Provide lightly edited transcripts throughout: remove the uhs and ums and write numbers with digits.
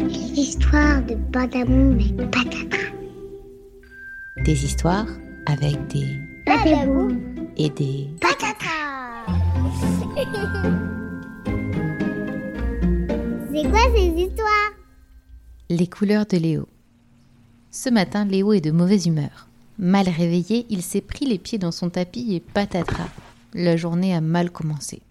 Les histoires de Badaboum et Patatra. Des histoires avec des Badaboum et des Patatra. C'est quoi ces histoires? Les couleurs de Léo. Ce matin, Léo est de mauvaise humeur. Mal réveillé, il s'est pris les pieds dans son tapis et patatras. La journée a mal commencé.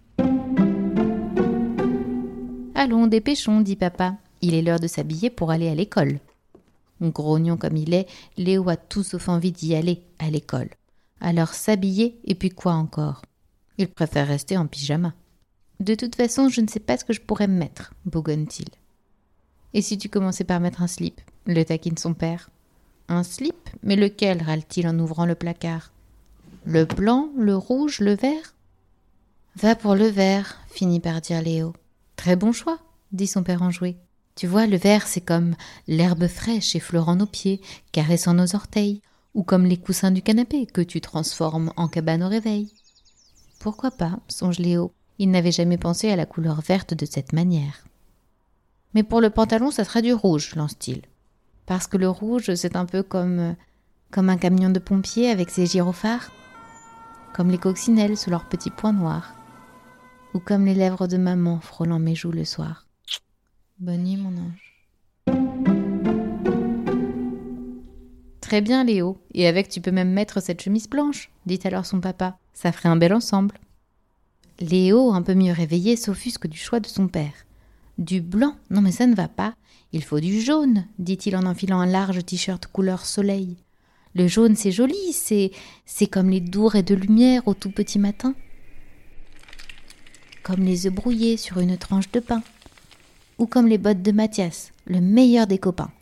Allons, dépêchons, dit papa. Il est l'heure de s'habiller pour aller à l'école. Grognon comme il est, Léo a tout sauf envie d'y aller, à l'école. Alors s'habiller, et puis quoi encore? Il préfère rester en pyjama. De toute façon, je ne sais pas ce que je pourrais me mettre, bougonne-t-il. Et si tu commençais par mettre un slip? Le taquine son père. Un slip? Mais lequel? Râle-t-il en ouvrant le placard. Le blanc, le rouge, le vert? Va pour le vert, finit par dire Léo. Très bon choix, dit son père enjoué. Tu vois, le vert, c'est comme l'herbe fraîche effleurant nos pieds, caressant nos orteils, ou comme les coussins du canapé que tu transformes en cabane au réveil. Pourquoi pas, songe Léo. Il n'avait jamais pensé à la couleur verte de cette manière. Mais pour le pantalon, ça sera du rouge, lance-t-il. Parce que le rouge, c'est un peu comme un camion de pompiers avec ses gyrophares, comme les coccinelles sous leurs petits points noirs, ou comme les lèvres de maman frôlant mes joues le soir. Bonne nuit, mon ange. Très bien, Léo, et avec tu peux même mettre cette chemise blanche, dit alors son papa. Ça ferait un bel ensemble. Léo, un peu mieux réveillé, s'offusque du choix de son père. Du blanc? Non mais ça ne va pas. Il faut du jaune, dit-il en enfilant un large t-shirt couleur soleil. Le jaune, c'est joli, c'est comme les doux raies de lumière au tout petit matin. Comme les œufs brouillés sur une tranche de pain. Ou comme les bottes de Mathias, le meilleur des copains.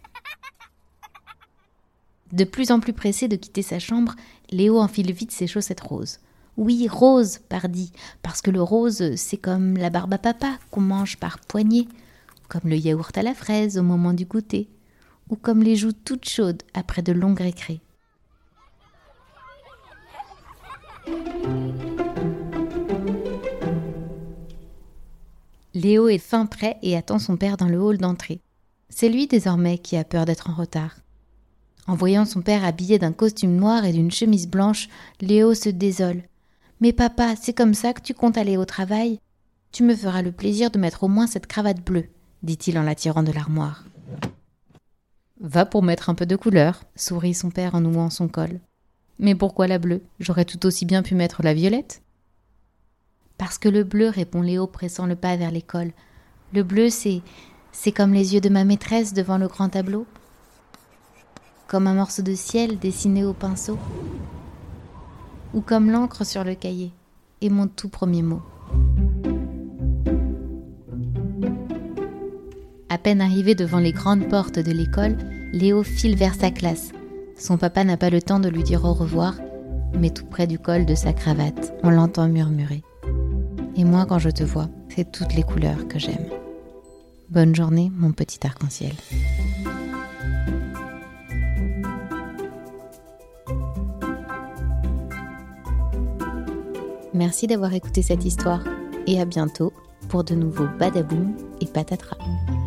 De plus en plus pressé de quitter sa chambre, Léo enfile vite ses chaussettes roses. Oui, rose, pardi, parce que le rose, c'est comme la barbe à papa qu'on mange par poignée, comme le yaourt à la fraise au moment du goûter, ou comme les joues toutes chaudes après de longues récrés. Léo est fin prêt et attend son père dans le hall d'entrée. C'est lui désormais qui a peur d'être en retard. En voyant son père habillé d'un costume noir et d'une chemise blanche, Léo se désole. « Mais papa, c'est comme ça que tu comptes aller au travail? Tu me feras le plaisir de mettre au moins cette cravate bleue, dit-il en la tirant de l'armoire. Va pour mettre un peu de couleur, sourit son père en nouant son col. Mais pourquoi la bleue? J'aurais tout aussi bien pu mettre la violette. Parce que le bleu, répond Léo, pressant le pas vers l'école. Le bleu, c'est comme les yeux de ma maîtresse devant le grand tableau. Comme un morceau de ciel dessiné au pinceau. Ou comme l'encre sur le cahier, et mon tout premier mot. À peine arrivé devant les grandes portes de l'école, Léo file vers sa classe. Son papa n'a pas le temps de lui dire au revoir, mais tout près du col de sa cravate, on l'entend murmurer. Et moi, quand je te vois, c'est toutes les couleurs que j'aime. Bonne journée, mon petit arc-en-ciel. Merci d'avoir écouté cette histoire et à bientôt pour de nouveaux Badaboum et Patatras.